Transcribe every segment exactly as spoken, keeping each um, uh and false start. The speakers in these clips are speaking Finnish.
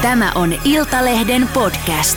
Tämä on Iltalehden podcast.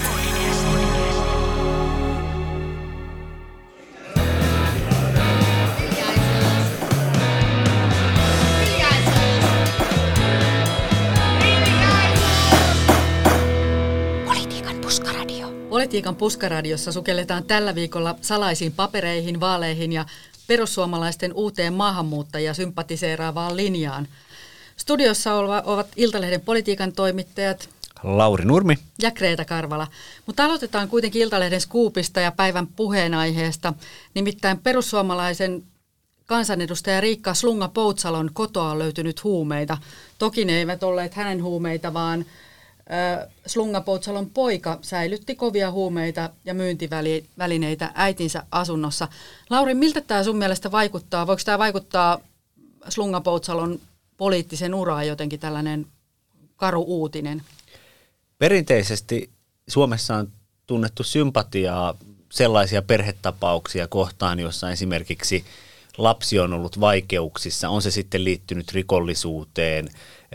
Politiikan puskaradio. Politiikan puskaradiossa sukelletaan tällä viikolla salaisiin papereihin, vaaleihin ja perussuomalaisten uuteen maahanmuuttajia sympatiseeraavaan linjaan. Studiossa ovat Iltalehden politiikan toimittajat Lauri Nurmi ja Kreta Karvala. Mutta aloitetaan kuitenkin Iltalehden skuupista ja päivän puheenaiheesta. Nimittäin perussuomalaisen kansanedustaja Riikka Slunga-Poutsalon kotoa on löytynyt huumeita. Toki ne eivät olleet hänen huumeita, vaan äh, Slunga-Poutsalon poika säilytti kovia huumeita ja myyntivälineitä äitinsä asunnossa. Lauri, miltä tämä sun mielestä vaikuttaa? Voiko tämä vaikuttaa Slunga-Poutsalon poliittisen uraan jotenkin tällainen karu uutinen? Perinteisesti Suomessa on tunnettu sympatiaa sellaisia perhetapauksia kohtaan, jossa esimerkiksi lapsi on ollut vaikeuksissa, on se sitten liittynyt rikollisuuteen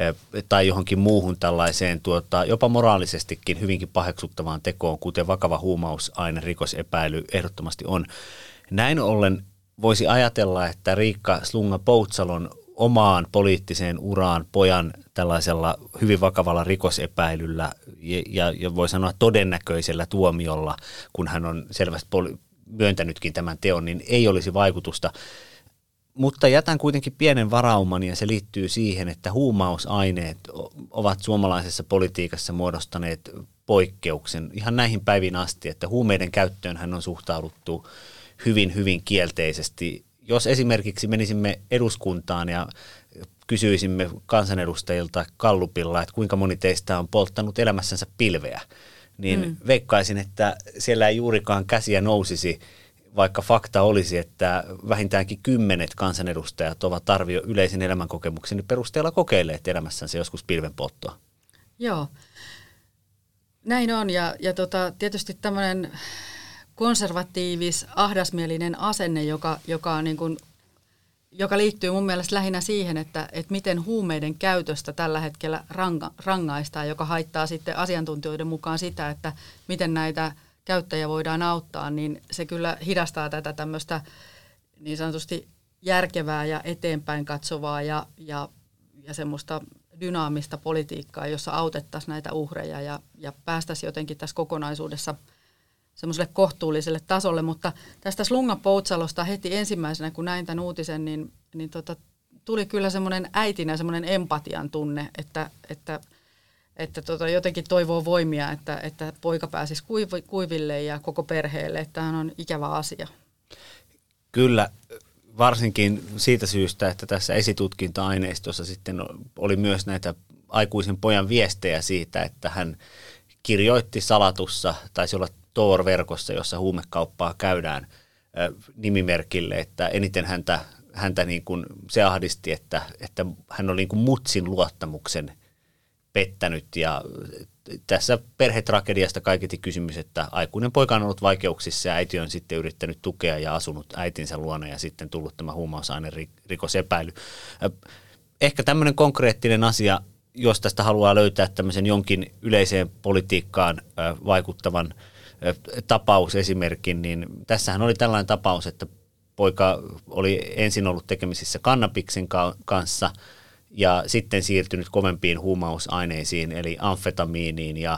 tai johonkin muuhun tällaiseen tuota, jopa moraalisestikin hyvinkin paheksuttavaan tekoon, kuten vakava huumausaine rikosepäily ehdottomasti on. Näin ollen voisi ajatella, että Riikka Slunga-Poutsalon omaan poliittiseen uraan pojan tällaisella hyvin vakavalla rikosepäilyllä ja, ja, ja voi sanoa todennäköisellä tuomiolla, kun hän on selvästi poli- myöntänytkin tämän teon, niin ei olisi vaikutusta. Mutta jätän kuitenkin pienen varauman ja se liittyy siihen, että huumausaineet ovat suomalaisessa politiikassa muodostaneet poikkeuksen ihan näihin päiviin asti, että huumeiden käyttöön hän on suhtauduttu hyvin, hyvin kielteisesti. Jos esimerkiksi menisimme eduskuntaan ja kysyisimme kansanedustajilta Gallupilla, että kuinka moni teistä on polttanut elämässänsä pilveä, niin mm. veikkaisin, että siellä ei juurikaan käsiä nousisi, vaikka fakta olisi, että vähintäänkin kymmenet kansanedustajat ovat arvio yleisen elämänkokemuksen perusteella kokeilleet elämässänsä joskus pilvenpolttoa. Joo, näin on ja, ja tota, tietysti tämmöinen konservatiivis, ahdasmielinen asenne, joka, joka, on niin kuin, joka liittyy mun mielestä lähinnä siihen, että, että miten huumeiden käytöstä tällä hetkellä ranga, rangaistaan, joka haittaa sitten asiantuntijoiden mukaan sitä, että miten näitä käyttäjiä voidaan auttaa, niin se kyllä hidastaa tätä tämmöistä niin sanotusti järkevää ja eteenpäin katsovaa ja, ja, ja semmoista dynaamista politiikkaa, jossa autettaisiin näitä uhreja ja, ja päästäisiin jotenkin tässä kokonaisuudessa semmoiselle kohtuulliselle tasolle, mutta tästä Slunga-Poutsalosta heti ensimmäisenä, kun näin tämän uutisen, niin, niin tota, tuli kyllä semmoinen äitinä semmoinen empatian tunne, että, että, että tota, jotenkin toivoo voimia, että, että poika pääsisi kuiville ja koko perheelle, että tämä on ikävä asia. Kyllä, varsinkin siitä syystä, että tässä esitutkinta-aineistossa sitten oli myös näitä aikuisen pojan viestejä siitä, että hän kirjoitti salatussa, taisi olla Tor-verkossa, jossa huumekauppaa käydään nimimerkille, että eniten häntä, häntä niin kuin se ahdisti, että, että hän oli niin kuin mutsin luottamuksen pettänyt ja tässä perhetragediasta kaiketi kysymys, että aikuinen poika on ollut vaikeuksissa ja äiti on sitten yrittänyt tukea ja asunut äitinsä luona ja sitten tullut tämä huumausainerikosepäily. Ehkä tämmöinen konkreettinen asia, jos tästä haluaa löytää tämmöisen jonkin yleiseen politiikkaan vaikuttavan tapausesimerkin, niin tässähän oli tällainen tapaus, että poika oli ensin ollut tekemisissä kannabiksen kanssa ja sitten siirtynyt kovempiin huumausaineisiin, eli amfetamiiniin ja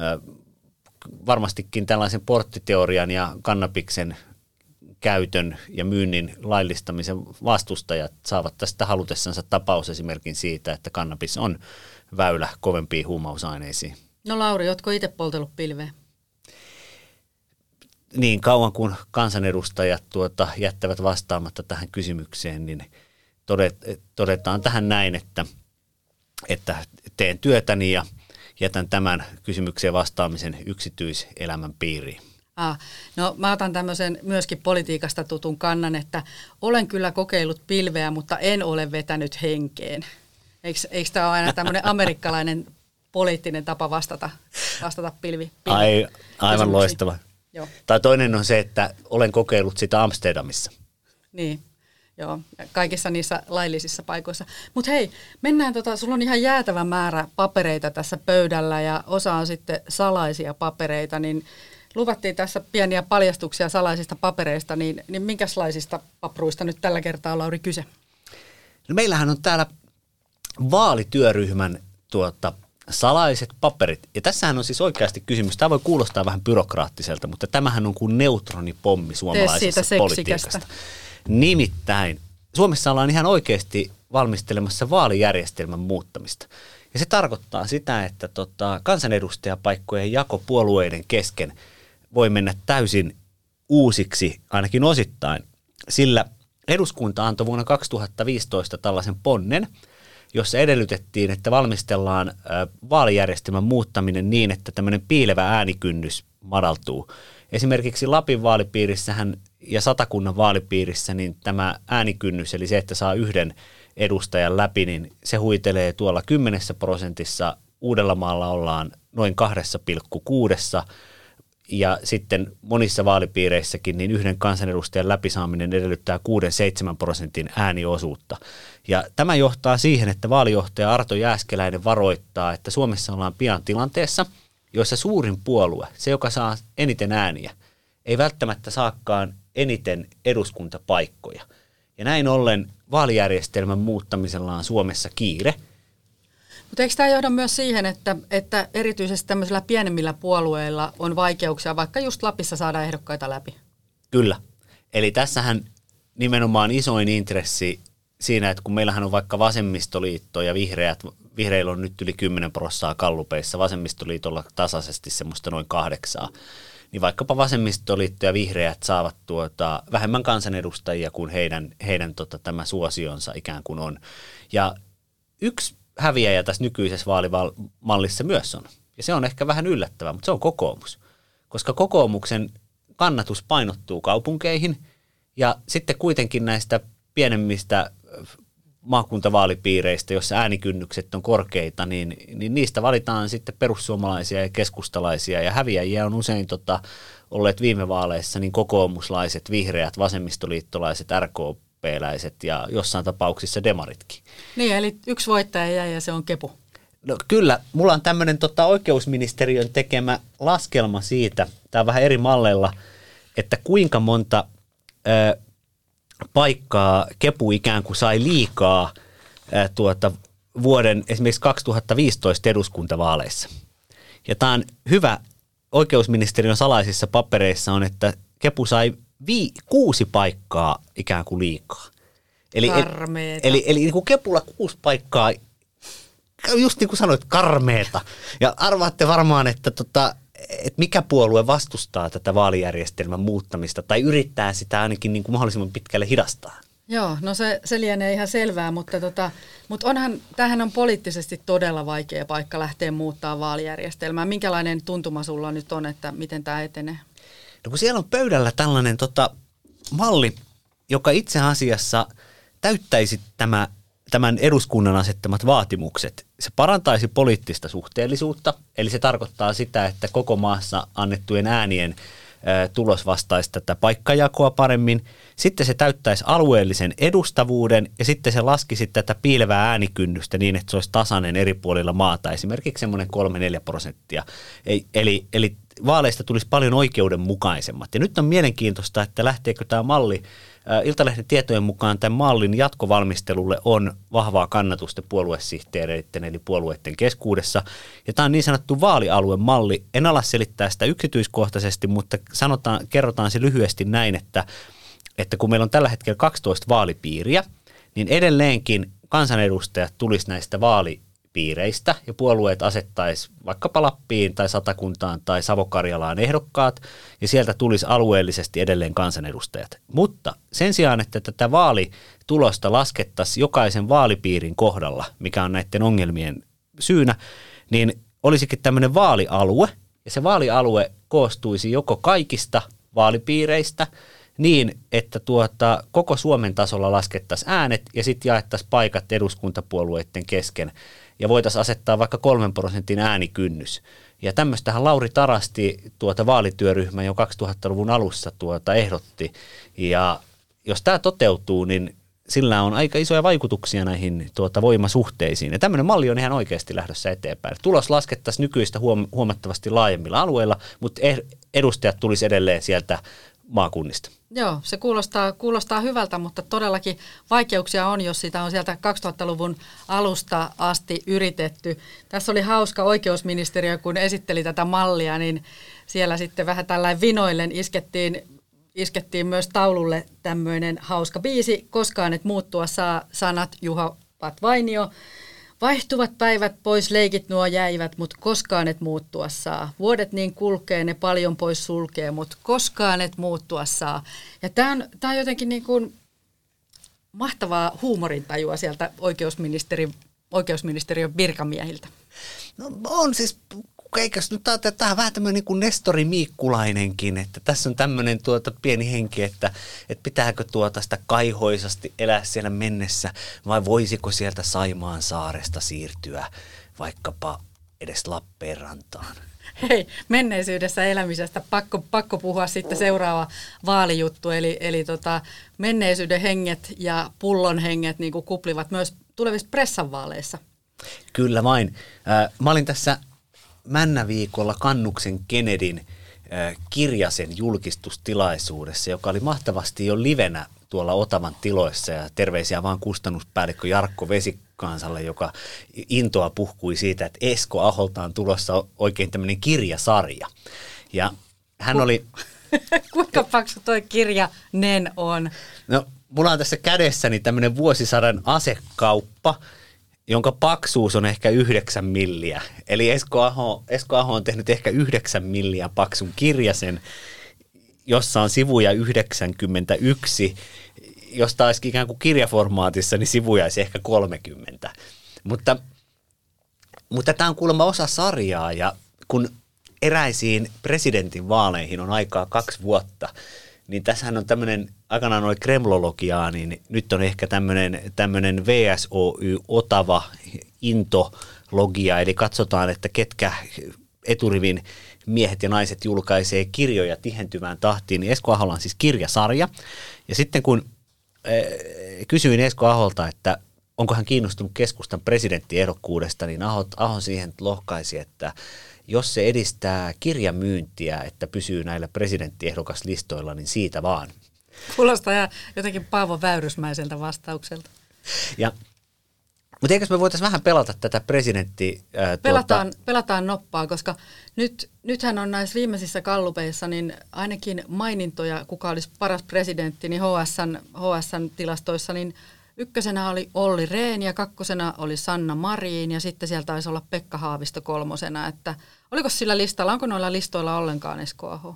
varmastikin tällaisen porttiteorian ja kannabiksen käytön ja myynnin laillistamisen vastustajat saavat tästä halutessansa tapausesimerkin siitä, että kannabis on väylä kovempiin huumausaineisiin. No Lauri, ootko itse poltellut pilveä? Niin kauan kuin kansanedustajat tuota, jättävät vastaamatta tähän kysymykseen, niin todet, todetaan tähän näin, että, että teen työtäni ja jätän tämän kysymykseen vastaamisen yksityiselämän piiriin. Ah, no mä otan tämmöisen myöskin politiikasta tutun kannan, että olen kyllä kokeillut pilveä, mutta en ole vetänyt henkeen. Eikö, eikö tämä ole aina tämmöinen amerikkalainen poliittinen tapa vastata, vastata pilvi? pilvi Ai, aivan loistava. Joo. Tai toinen on se, että olen kokeillut sitä Amsterdamissa. Niin, Joo, kaikissa niissä laillisissa paikoissa. Mutta hei, mennään, tota, sulla on ihan jäätävä määrä papereita tässä pöydällä ja osa on sitten salaisia papereita, niin luvattiin tässä pieniä paljastuksia salaisista papereista, niin, niin minkälaisista papruista nyt tällä kertaa, Lauri, kyse? No meillähän on täällä vaalityöryhmän tuota, salaiset paperit. Ja tässähän on siis oikeasti kysymys. Tämä voi kuulostaa vähän byrokraattiselta, mutta tämähän on kuin neutronipommi suomalaisessa politiikasta. Nimittäin Suomessa ollaan ihan oikeasti valmistelemassa vaalijärjestelmän muuttamista. Ja se tarkoittaa sitä, että tota, kansanedustajapaikkojen jako puolueiden kesken voi mennä täysin uusiksi, ainakin osittain, sillä eduskunta antoi vuonna kaksituhattaviisitoista tällaisen ponnen, jossa edellytettiin, että valmistellaan vaalijärjestelmän muuttaminen niin, että tämmöinen piilevä äänikynnys madaltuu. Esimerkiksi Lapin vaalipiirissähän ja Satakunnan vaalipiirissä niin tämä äänikynnys, eli se, että saa yhden edustajan läpi, niin se huitelee tuolla kymmenessä prosentissa. Uudellamaalla ollaan noin kahdessa pilkku kuudessa. Ja sitten monissa vaalipiireissäkin niin yhden kansanedustajan läpisaaminen edellyttää kuuden seitsemän prosentin ääniosuutta. Ja tämä johtaa siihen, että vaalijohtaja Arto Jääskeläinen varoittaa, että Suomessa ollaan pian tilanteessa, jossa suurin puolue, se joka saa eniten ääniä, ei välttämättä saakaan eniten eduskuntapaikkoja. Ja näin ollen vaalijärjestelmän muuttamisella on Suomessa kiire. Mutta eikö tämä johda myös siihen, että, että erityisesti tämmöisillä pienemmillä puolueilla on vaikeuksia, vaikka just Lapissa saada ehdokkaita läpi? Kyllä. Eli tässähän nimenomaan isoin intressi siinä, että kun meillähän on vaikka vasemmistoliitto ja vihreät, vihreillä on nyt yli kymmenen prosenttia kallupeissa, vasemmistoliitolla tasaisesti semmoista noin kahdeksaa, niin vaikkapa vasemmistoliitto ja vihreät saavat tuota, vähemmän kansanedustajia kuin heidän, heidän tota, tämä suosionsa ikään kuin on. Ja yksi häviäjä tässä nykyisessä vaalimallissa myös on, ja se on ehkä vähän yllättävää, mutta se on kokoomus, koska kokoomuksen kannatus painottuu kaupunkeihin, ja sitten kuitenkin näistä pienemmistä maakuntavaalipiireistä, jossa äänikynnykset on korkeita, niin, niin niistä valitaan sitten perussuomalaisia ja keskustalaisia, ja häviäjiä on usein tota, olleet viime vaaleissa niin kokoomuslaiset, vihreät, vasemmistoliittolaiset, R K P-läiset ja jossain tapauksissa demaritkin. Niin, eli yksi voittaja jäi ja se on kepu. No kyllä, mulla on tämmöinen tota, oikeusministeriön tekemä laskelma siitä, tämä on vähän eri malleilla, että kuinka monta ö, paikkaa kepu ikään kuin sai liikaa ö, tuota, vuoden esimerkiksi kaksituhattaviisitoista eduskuntavaaleissa. Ja tämä on hyvä, oikeusministeriön salaisissa papereissa on, että kepu sai vi, kuusi paikkaa ikään kuin liikaa. Eli, Karmeeta. Eli, eli niin kuin kepulla kuusi paikkaa, just niin kuin sanoit, karmeeta. Ja arvaatte varmaan, että, tota, että mikä puolue vastustaa tätä vaalijärjestelmän muuttamista tai yrittää sitä ainakin niin kuin mahdollisimman pitkälle hidastaa. Joo, no se, se lienee ihan selvää, mutta, tota, mutta onhan, tämähän on poliittisesti todella vaikea paikka lähteä muuttaa vaalijärjestelmää. Minkälainen tuntuma sulla nyt on, että miten tämä etenee? No kun siellä on pöydällä tällainen tota, malli, joka itse asiassa täyttäisi tämä, tämän eduskunnan asettamat vaatimukset. Se parantaisi poliittista suhteellisuutta, eli se tarkoittaa sitä, että koko maassa annettujen äänien ä, tulos vastaisi tätä paikkajakoa paremmin. Sitten se täyttäisi alueellisen edustavuuden ja sitten se laskisi tätä piilevää äänikynnystä niin, että se olisi tasainen eri puolilla maata, esimerkiksi semmoinen kolme neljä prosenttia. Eli, eli vaaleista tulisi paljon oikeudenmukaisemmat. Ja nyt on mielenkiintoista, että lähteekö tämä malli, Iltalehden tietojen mukaan tämän mallin jatkovalmistelulle on vahvaa kannatusta puoluesihteereiden eli puolueiden keskuudessa. Ja tämä on niin sanottu vaalialuemalli. En ala selittää sitä yksityiskohtaisesti, mutta sanotaan, kerrotaan se lyhyesti näin, että, että kun meillä on tällä hetkellä kaksitoista vaalipiiriä, niin edelleenkin kansanedustajat tulisi näistä vaalipiireistä ja puolueet asettaisi vaikkapa Lappiin tai Satakuntaan tai Savo-Karjalaan ehdokkaat ja sieltä tulisi alueellisesti edelleen kansanedustajat. Mutta sen sijaan, että tätä vaalitulosta laskettaisiin jokaisen vaalipiirin kohdalla, mikä on näiden ongelmien syynä, niin olisikin tämmöinen vaalialue ja se vaalialue koostuisi joko kaikista vaalipiireistä niin, että tuota, koko Suomen tasolla laskettaisiin äänet ja sitten jaettaisiin paikat eduskuntapuolueiden kesken ja voitaisiin asettaa vaikka kolmen prosentin äänikynnys. Ja tämmöistähän Lauri Tarasti tuota vaalityöryhmä jo kaksituhattaluvun alussa tuota ehdotti. Ja jos tämä toteutuu, niin sillä on aika isoja vaikutuksia näihin tuota, voimasuhteisiin. Ja tämmöinen malli on ihan oikeasti lähdössä eteenpäin. Tulos laskettaisiin nykyistä huom- huomattavasti laajemmilla alueilla, mutta edustajat tulisi edelleen sieltä maakunnista. Joo, se kuulostaa, kuulostaa hyvältä, mutta todellakin vaikeuksia on, jos sitä on sieltä kaksituhattaluvun alusta asti yritetty. Tässä oli hauska oikeusministeriö, kun esitteli tätä mallia, niin siellä sitten vähän tällainen vinoillen iskettiin, iskettiin myös taululle tämmöinen hauska biisi. Koskaan et muuttua saa sanat Juha Patvainio. Vaihtuvat päivät pois, leikit nuo jäivät, mut koskaan et muuttua saa. Vuodet niin kulkee, ne paljon pois sulkee, mut koskaan et muuttua saa. Ja tää on, tää on jotenkin niin kuin mahtavaa huumorintajua sieltä oikeusministeri, oikeusministeriön virkamiehiltä. No on siis, eikös nyt ajatella, että tämä on vähän tämmöinen niin kuin Nestori Miikkulainenkin, että tässä on tämmöinen tuota pieni henki, että, että pitääkö tuota sitä kaihoisasti elää siellä mennessä vai voisiko sieltä Saimaan saaresta siirtyä vaikkapa edes Lappeenrantaan. Hei, menneisyydessä elämisestä pakko, pakko puhua sitten seuraava vaalijuttu, eli, eli tota, menneisyyden henget ja pullon henget niin kuin kuplivat myös tulevissa pressanvaaleissa. Kyllä vain. Mä olin tässä Männäviikolla Kannuksen Kennedyn kirjasen julkistustilaisuudessa, joka oli mahtavasti jo livenä tuolla Otavan tiloissa, ja terveisiä vaan kustannuspäällikkö Jarkko Vesikansalle, joka intoa puhkui siitä, että Esko Aholta on tulossa oikein tämmöinen kirjasarja. Ja hän oli... Kuinka paksu toi kirjanen on? No, mulla on tässä kädessäni tämmöinen vuosisadan asekauppa, jonka paksuus on ehkä yhdeksän milliä. Eli Esko Aho, Esko Aho on tehnyt ehkä yhdeksän milliä paksun kirjasen, jossa on sivuja yhdeksänkymmentäyksi. Jos tämä olisi ikään kuin kirjaformaatissa, niin sivuja olisi ehkä kolmekymmentä. Mutta, mutta tämä on kuulemma osa sarjaa, ja kun eräisiin presidentin vaaleihin on aikaa kaksi vuotta, niin tässähän on tämmöinen, aikanaan oli kremlologiaa, niin nyt on ehkä tämmöinen, tämmöinen V S O Y Otava intologia, eli katsotaan, että ketkä eturivin miehet ja naiset julkaisee kirjoja tihentyvään tahtiin, niin Esko Aholla on siis kirjasarja. Ja sitten kun äh, kysyin Esko Aholta, että onko hän kiinnostunut keskustan presidenttiehdokkuudesta, niin Aho, Aho siihen lohkaisi, että jos se edistää kirjamyyntiä, että pysyy näillä presidenttiehdokaslistoilla, niin siitä vaan. Kuulostaa ihan jotenkin Paavo Väyrysmäiseltä vastaukselta. Ja, mutta eikös me voitaisiin vähän pelata tätä presidentti... Ää, pelataan, tuota... pelataan noppaa, koska nyt, nythän on näissä viimeisissä gallupeissa niin ainakin mainintoja, kuka olisi paras presidentti, niin H S:n, H S:n tilastoissa, niin ykkösenä oli Olli Rehn ja kakkosena oli Sanna Marin ja sitten sieltä taisi olla Pekka Haavisto kolmosena. Että oliko sillä listalla, onko noilla listoilla ollenkaan Esko Aho?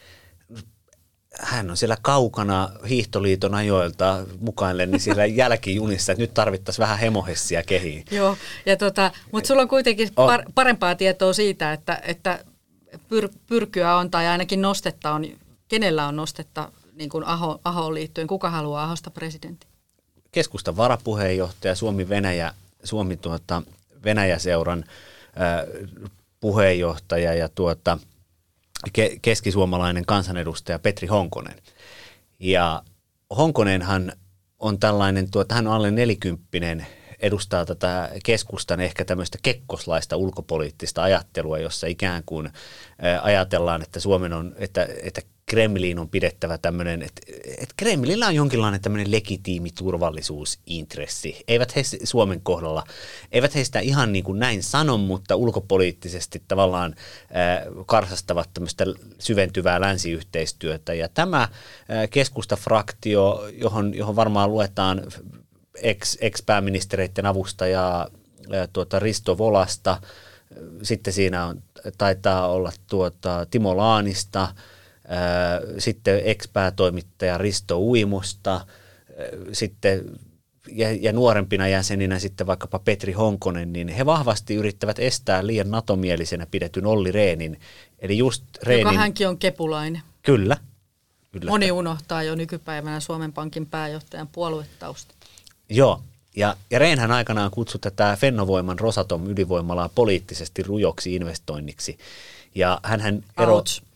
Hän on siellä kaukana Hiihtoliiton ajoilta mukaillen, niin siellä jälkijunissa, että nyt tarvittaisiin vähän hemohessia kehiin. Joo, ja tota, mutta sulla on kuitenkin par- parempaa tietoa siitä, että, että pyr- pyrkyä on tai ainakin nostetta on, kenellä on nostetta niin kuin Aho, Ahoon liittyen, kuka haluaa Ahosta presidentti? Keskustan varapuheenjohtaja, Suomi-Venäjä, Suomi tuota, Venäjä-seuran äh, puheenjohtaja ja tuota, ke- keskisuomalainen kansanedustaja Petri Honkonen. Ja Honkonenhan on tällainen, tuota, hän on alle nelikymppinen, edustaa tätä keskustan ehkä tämmöistä kekkoslaista ulkopoliittista ajattelua, jossa ikään kuin äh, ajatellaan, että Suomen on, että, että Kremliin on pidettävä tämmöinen, että, että Kremlillä on jonkinlainen tämmöinen legitiimi turvallisuusintressi. Eivät he Suomen kohdalla, eivät he sitä ihan niin kuin näin sano, mutta ulkopoliittisesti tavallaan äh, karsastavat tämmöistä syventyvää länsiyhteistyötä. Ja tämä äh, keskustafraktio, johon, johon varmaan luetaan ex, ex-pääministereiden avustajaa äh, tuota Risto Volasta, sitten siinä on, taitaa olla tuota Timo Laanista, sitten ex-päätoimittaja Risto Uimosta, sitten ja, ja nuorempina jäseninä sitten vaikkapa Petri Honkonen, niin he vahvasti yrittävät estää liian natomielisenä pidetyn Olli Rehnin. Eli just Rehnin, joka hänkin on kepulainen. Kyllä. kyllä. Moni unohtaa jo nykypäivänä Suomen Pankin pääjohtajan puoluetausta. Joo, ja, ja Rehnhän aikanaan kutsui tätä Fennovoiman Rosatom-ydinvoimalaa poliittisesti rujoksi investoinniksi. Ja hänhän ero... Ouch.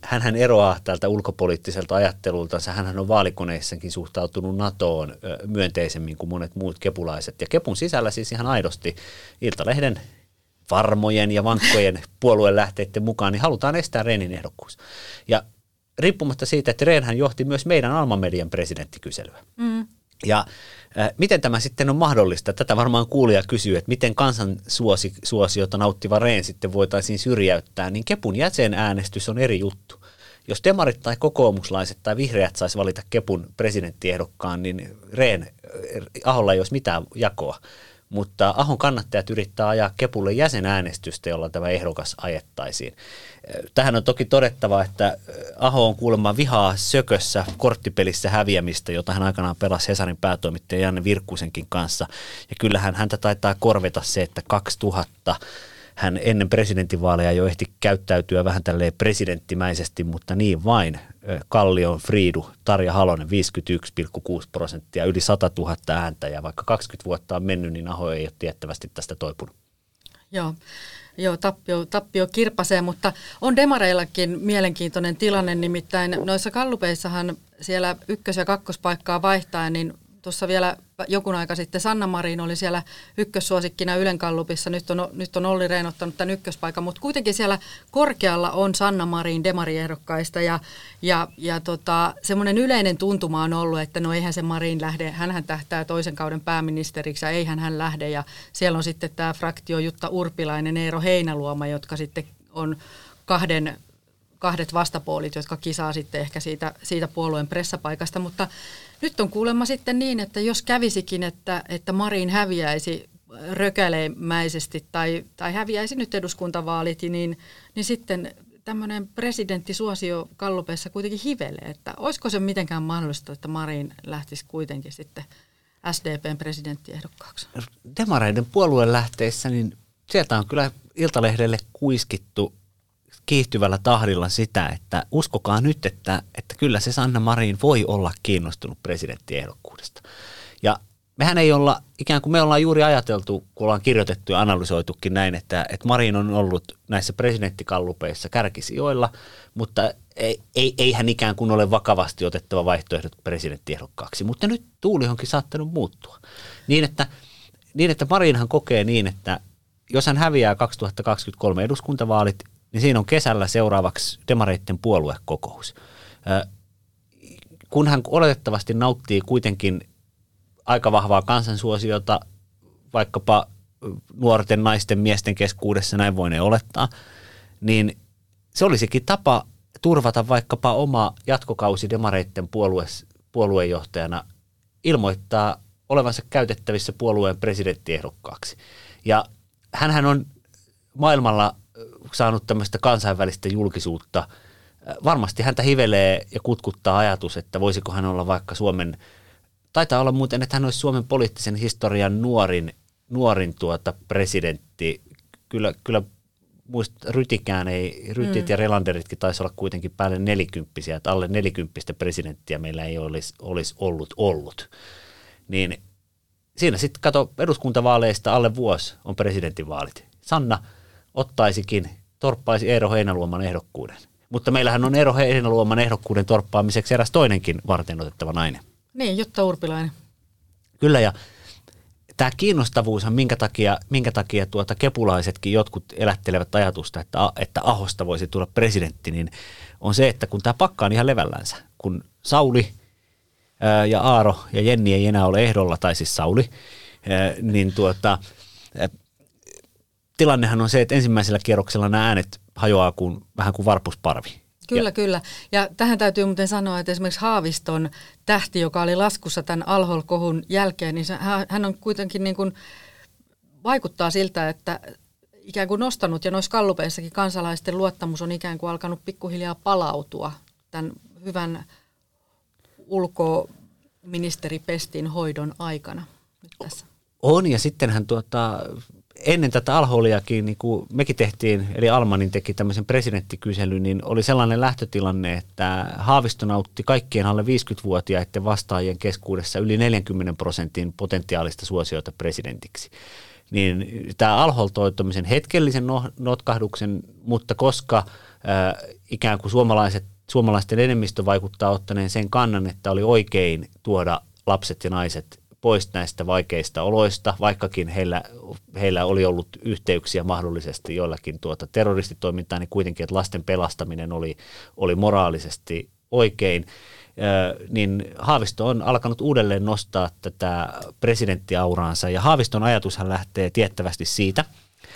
hänhän eroaa tältä ulkopoliittiselta ajattelultansa. Hänhän on vaalikoneissakin suhtautunut NATOon myönteisemmin kuin monet muut kepulaiset. Ja Kepun sisällä siis ihan aidosti Iltalehden varmojen ja vankkojen puolueen lähteiden mukaan, niin halutaan estää Rehnin ehdokkuus. Ja riippumatta siitä, että Rehnhän johti myös meidän Alma Median presidenttikyselyä. Mm. Ja äh, miten tämä sitten on mahdollista? Tätä varmaan kuulija kysyy, että miten kansan suosi, suosiota nauttiva Rehn sitten voitaisiin syrjäyttää, niin Kepun jäsenäänestys on eri juttu. Jos demarit tai kokoomuslaiset tai vihreät saisi valita Kepun presidenttiehdokkaan, niin Rehn, Aholla ei olisi mitään jakoa. Mutta Ahon kannattajat yrittää ajaa Kepulle jäsenäänestystä, jolla tämä ehdokas ajettaisiin. Tähän on toki todettava, että Aho on kuulemma vihaa sökössä korttipelissä häviämistä, jota hän aikanaan pelasi Hesarin päätoimittaja Janne Virkkusenkin kanssa. Ja kyllähän häntä taitaa korveta se, että kaksituhatta hän ennen presidentinvaaleja jo ehti käyttäytyä vähän tälleen presidenttimäisesti, mutta niin vain. Kallion Friidu, Tarja Halonen viisikymmentäyksi pilkku kuusi prosenttia, yli sata tuhatta ääntä, ja vaikka kaksikymmentä vuotta on mennyt, niin Aho ei ole tiettävästi tästä toipunut. Joo, Joo tappio, tappio kirpasee, mutta on demareillakin mielenkiintoinen tilanne, nimittäin noissa gallupeissahan siellä ykkös- ja kakkospaikkaa vaihtaa, niin tuossa vielä jokun aika sitten Sanna Marin oli siellä ykkössuosikkina Ylen gallupissa, nyt on, nyt on Olli Rehn ottanut tämän ykköspaikan, mutta kuitenkin siellä korkealla on Sanna Marin demariehdokkaista ja, ja, ja tota, semmoinen yleinen tuntuma on ollut, että no eihän se Marin lähde, hänhän tähtää toisen kauden pääministeriksi ja eihän hän lähde, ja siellä on sitten tämä fraktio Jutta Urpilainen, Eero Heinäluoma, jotka sitten on kahden kahdet vastapuolit, jotka kisaa sitten ehkä siitä, siitä puolueen pressapaikasta, mutta nyt on kuulemma sitten niin, että jos kävisikin, että, että Marin häviäisi rökälemäisesti tai, tai häviäisi nyt eduskuntavaalit, niin, niin sitten tämmöinen presidenttisuosio gallupeissa kuitenkin hivelee, että olisiko se mitenkään mahdollista, että Marin lähtisi kuitenkin sitten S D P:n presidenttiehdokkaaksi? Demareiden puolueen lähteissä, niin sieltä on kyllä Iltalehdelle kuiskittu kiihtyvällä tahdilla sitä, että uskokaa nyt, että, että kyllä se Sanna Marin voi olla kiinnostunut presidenttiehdokkuudesta. Ja mehän ei olla, ikään kuin me ollaan juuri ajateltu, kun ollaan kirjoitettu ja analysoitukin näin, että, että Marin on ollut näissä presidenttikallupeissa kärkisijoilla, mutta ei, ei, ei hän ikään kuin ole vakavasti otettava vaihtoehdot presidenttiehdokkaaksi. Mutta nyt tuuli onkin saattanut muuttua. Niin, että, niin, että Marinhan kokee niin, että jos hän häviää kaksituhattakaksikymmentäkolme eduskuntavaalit, niin siinä on kesällä seuraavaksi demareitten puoluekokous. Kun hän oletettavasti nauttii kuitenkin aika vahvaa kansansuosiota, vaikkapa nuorten naisten miesten keskuudessa, näin voinee olettaa, niin se olisikin tapa turvata vaikkapa oma jatkokausi demareitten puolue, puoluejohtajana, ilmoittaa olevansa käytettävissä puolueen presidenttiehdokkaaksi. Ja hänhän on maailmalla saanut tämmöistä kansainvälistä julkisuutta. Varmasti häntä hivelee ja kutkuttaa ajatus, että voisiko hän olla vaikka Suomen, taitaa olla muuten, että hän olisi Suomen poliittisen historian nuorin, nuorin tuota presidentti. Kyllä, kyllä muista, Rytikään ei, Rytit mm. ja Relanderitkin taisi olla kuitenkin päälle nelikymppisiä, että alle nelikymppistä presidenttiä meillä ei olisi, olisi ollut ollut. Niin siinä sitten kato, eduskuntavaaleista alle vuosi on presidentinvaalit. Sanna ottaisikin, torppaisi Eero Heinäluoman ehdokkuuden. Mutta meillähän on Eero Heinäluoman ehdokkuuden torppaamiseksi eräs toinenkin varten otettava nainen. Niin, Jutta Urpilainen. Kyllä, ja tämä kiinnostavuushan, minkä takia, minkä takia tuota kepulaisetkin jotkut elättelevät ajatusta, että, että Ahosta voisi tulla presidentti, niin on se, että kun tämä pakka on ihan levällänsä, kun Sauli ää, ja Aaro ja Jenni ei enää ole ehdolla, tai siis Sauli, ää, niin tuota... Ää, tilannehan on se, että ensimmäisellä kierroksella nämä äänet hajoaa kuin, vähän kuin varpusparvi. Kyllä, ja. kyllä. Ja tähän täytyy muuten sanoa, että esimerkiksi Haaviston tähti, joka oli laskussa tämän Al-Hol-kohun jälkeen, niin se, hän on kuitenkin niin kuin, vaikuttaa siltä, että ikään kuin nostanut, ja noissa gallupeissakin kansalaisten luottamus on ikään kuin alkanut pikkuhiljaa palautua tämän hyvän ulkoministeripestin hoidon aikana nyt tässä. On, ja sittenhän tuota... Ennen tätä Al-Holiakin, niin kuin mekin tehtiin, eli Almanin teki tämmöisen presidenttikyselyn, niin oli sellainen lähtötilanne, että Haavisto nautti kaikkien alle viisikymmentävuotiaiden vastaajien keskuudessa yli neljänkymmenen prosentin potentiaalista suosiota presidentiksi. niin tämä Al-Hol toi tämmöisen hetkellisen notkahduksen, mutta koska ää, ikään kuin suomalaiset, suomalaisten enemmistö vaikuttaa ottaneen sen kannan, että oli oikein tuoda lapset ja naiset pois näistä vaikeista oloista, vaikkakin heillä, heillä oli ollut yhteyksiä mahdollisesti joillakin tuota terroristitoimintaa, niin kuitenkin, että lasten pelastaminen oli, oli moraalisesti oikein, niin Haavisto on alkanut uudelleen nostaa tätä presidenttiauraansa, ja Haaviston ajatushan lähtee tiettävästi siitä,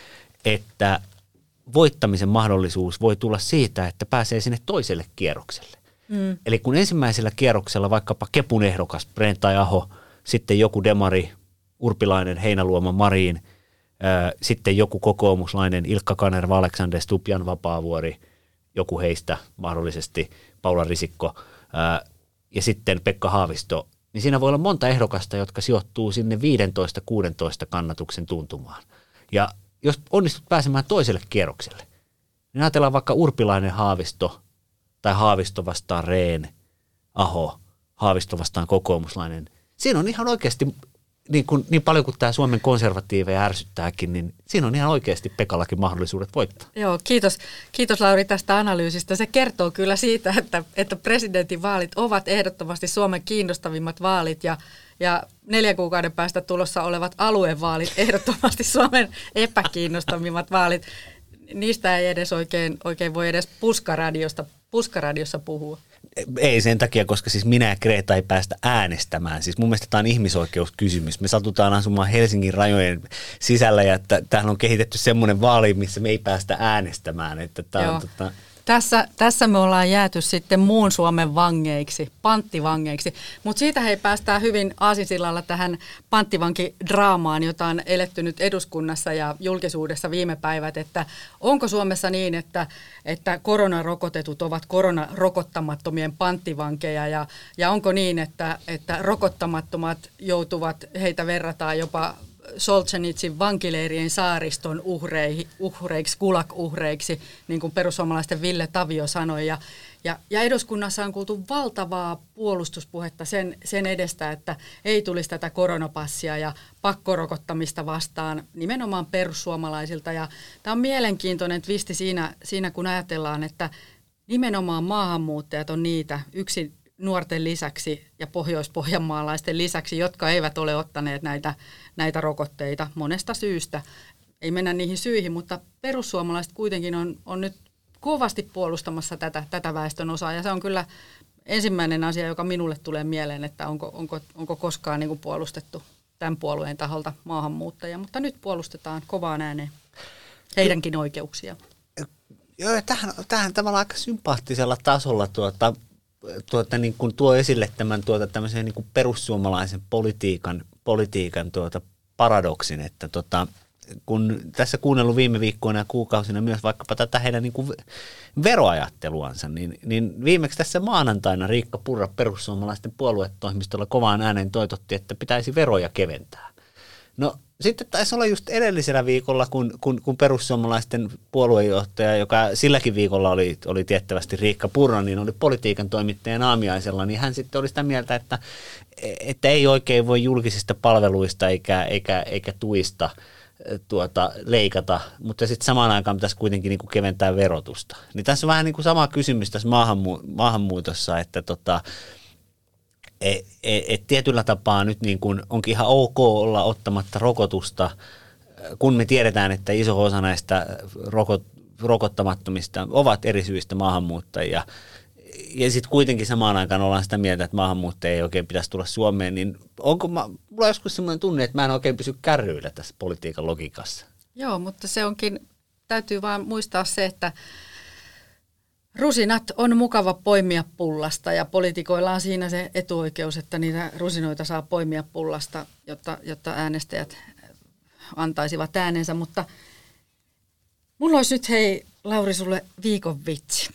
että voittamisen mahdollisuus voi tulla siitä, että pääsee sinne toiselle kierrokselle. Mm. Eli kun ensimmäisellä kierroksella vaikkapa Kepun ehdokas Brent tai Aho, sitten joku demari, Urpilainen, Heinäluoma, Marin, ää, sitten joku kokoomuslainen, Ilkka Kanerva, Alexander Stubb, Jan Vapaavuori, joku heistä mahdollisesti, Paula Risikko ää, ja sitten Pekka Haavisto, niin siinä voi olla monta ehdokasta, jotka sijoittuu sinne viisitoista kuusitoista kannatuksen tuntumaan. Ja jos onnistut pääsemään toiselle kierrokselle, niin ajatellaan vaikka Urpilainen Haavisto tai Haavisto vastaan Rehn, Aho, Haavisto vastaan kokoomuslainen. Siinä on ihan oikeasti, niin, kuin, niin paljon kuin tämä Suomen konservatiiveja ärsyttääkin, niin siinä on ihan oikeasti Pekallakin mahdollisuudet voittaa. Joo, kiitos, kiitos Lauri tästä analyysistä. Se kertoo kyllä siitä, että, että presidentinvaalit ovat ehdottomasti Suomen kiinnostavimmat vaalit ja, ja neljän kuukauden päästä tulossa olevat aluevaalit ehdottomasti Suomen epäkiinnostavimmat vaalit. Niistä ei edes oikein, oikein voi edes puskaradiosta, puskaradiossa puhua. Ei sen takia, koska siis minä ja Greta ei päästä äänestämään. Siis mun mielestä tämä on ihmisoikeuskysymys. Me satutaan asumaan Helsingin rajojen sisällä ja tähän on kehitetty semmoinen vaali, missä me ei päästä äänestämään. Että tämä on, tota... tässä, tässä me ollaan jääty sitten muun Suomen vangeiksi, panttivangeiksi. Mutta siitä hei päästään hyvin aasinsillalla tähän panttivankidraamaan, jota on eletty nyt eduskunnassa ja julkisuudessa viime päivät, että onko Suomessa niin, että, että koronarokotetut ovat koronarokottamattomien panttivankeja ja, ja onko niin, että, että rokottamattomat joutuvat, heitä verrataan jopa Solzhenitsin vankileirien saariston uhreihin, uhreiksi, gulag-uhreiksi, niin kuin perussuomalaisten Ville Tavio sanoi. Ja, ja, ja eduskunnassa on kuultu valtavaa puolustuspuhetta sen, sen edestä, että ei tulisi tätä koronapassia ja pakkorokottamista vastaan nimenomaan perussuomalaisilta. Ja tämä on mielenkiintoinen twisti siinä, siinä, kun ajatellaan, että nimenomaan maahanmuuttajat on niitä yksin nuorten lisäksi ja pohjois-pohjanmaalaisten lisäksi, jotka eivät ole ottaneet näitä, näitä rokotteita monesta syystä. Ei mennä niihin syihin, mutta perussuomalaiset kuitenkin on, on nyt kovasti puolustamassa tätä, tätä väestön osaa. Ja se on kyllä ensimmäinen asia, joka minulle tulee mieleen, että onko, onko, onko koskaan niin kuin puolustettu tämän puolueen taholta maahanmuuttajia. Mutta nyt puolustetaan kovaan ääneen heidänkin oikeuksiaan. Joo, ja tähän, tähän tavallaan aika sympaattisella tasolla tuota... Tuota, niin kuin tuo esille tämän tuota, tämmöisen niin kuin perussuomalaisen politiikan, politiikan tuota, paradoksin, että tota, kun tässä kuunnellut viime viikkoina ja kuukausina myös vaikkapa tätä heidän niin kuin veroajatteluansa, niin, niin viimeksi tässä maanantaina Riikka Purra perussuomalaisten puoluetoimistolla kovaan ääneen toitotti, että pitäisi veroja keventää. No sitten taisi olla just edellisellä viikolla, kun, kun, kun perussuomalaisten puoluejohtaja, joka silläkin viikolla oli, oli tiettävästi Riikka Purra, niin oli politiikan toimittajan aamiaisella, niin hän sitten oli sitä mieltä, että, että ei oikein voi julkisista palveluista eikä, eikä, eikä tuista tuota, leikata, mutta sitten samaan aikaan pitäisi kuitenkin niin kuin keventää verotusta. Niin tässä on vähän niin kuin sama kysymys tässä maahanmu- maahanmuutossa, että tota, Et, et, et tietyllä tapaa nyt niin kuin onkin ihan ok olla ottamatta rokotusta, kun me tiedetään, että iso osa näistä rokot, rokottamattomista ovat eri syistä maahanmuuttajia. Ja sitten kuitenkin samaan aikaan ollaan sitä mieltä, että maahanmuuttajia ei oikein pitäisi tulla Suomeen, niin onko, mulla on joskus sellainen tunne, että mä en oikein pysy kärryillä tässä politiikan logiikassa. Joo, mutta se onkin, täytyy vaan muistaa se, että rusinat on mukava poimia pullasta ja poliitikoilla on siinä se etuoikeus, että niitä rusinoita saa poimia pullasta, jotta, jotta äänestäjät antaisivat äänensä. Mutta mulla olisi nyt hei Lauri sulle viikon vitsi.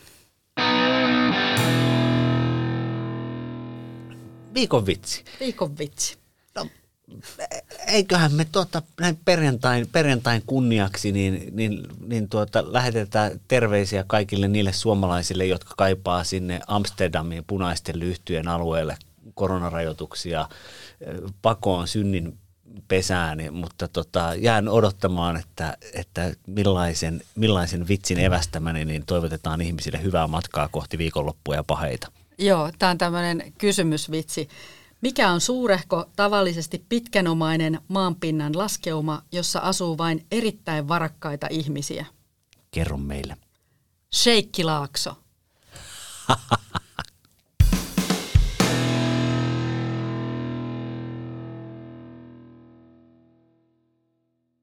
Viikon vitsi? Viikon vitsi. No, eiköhän me tuota, näin perjantain, perjantain kunniaksi niin, niin, niin tuota, lähetetään terveisiä kaikille niille suomalaisille, jotka kaipaa sinne Amsterdamin punaisten lyhtyjen alueelle koronarajoituksia pakoon synnin pesääni, mutta tota, jään odottamaan, että, että millaisen, millaisen vitsin evästämäni, niin toivotetaan ihmisille hyvää matkaa kohti viikonloppua ja paheita. Joo, tämä on tämmöinen kysymysvitsi. Mikä on suurehko, tavallisesti pitkänomainen maanpinnan laskeuma, jossa asuu vain erittäin varakkaita ihmisiä? Kerro meille. Sheikkilaakso.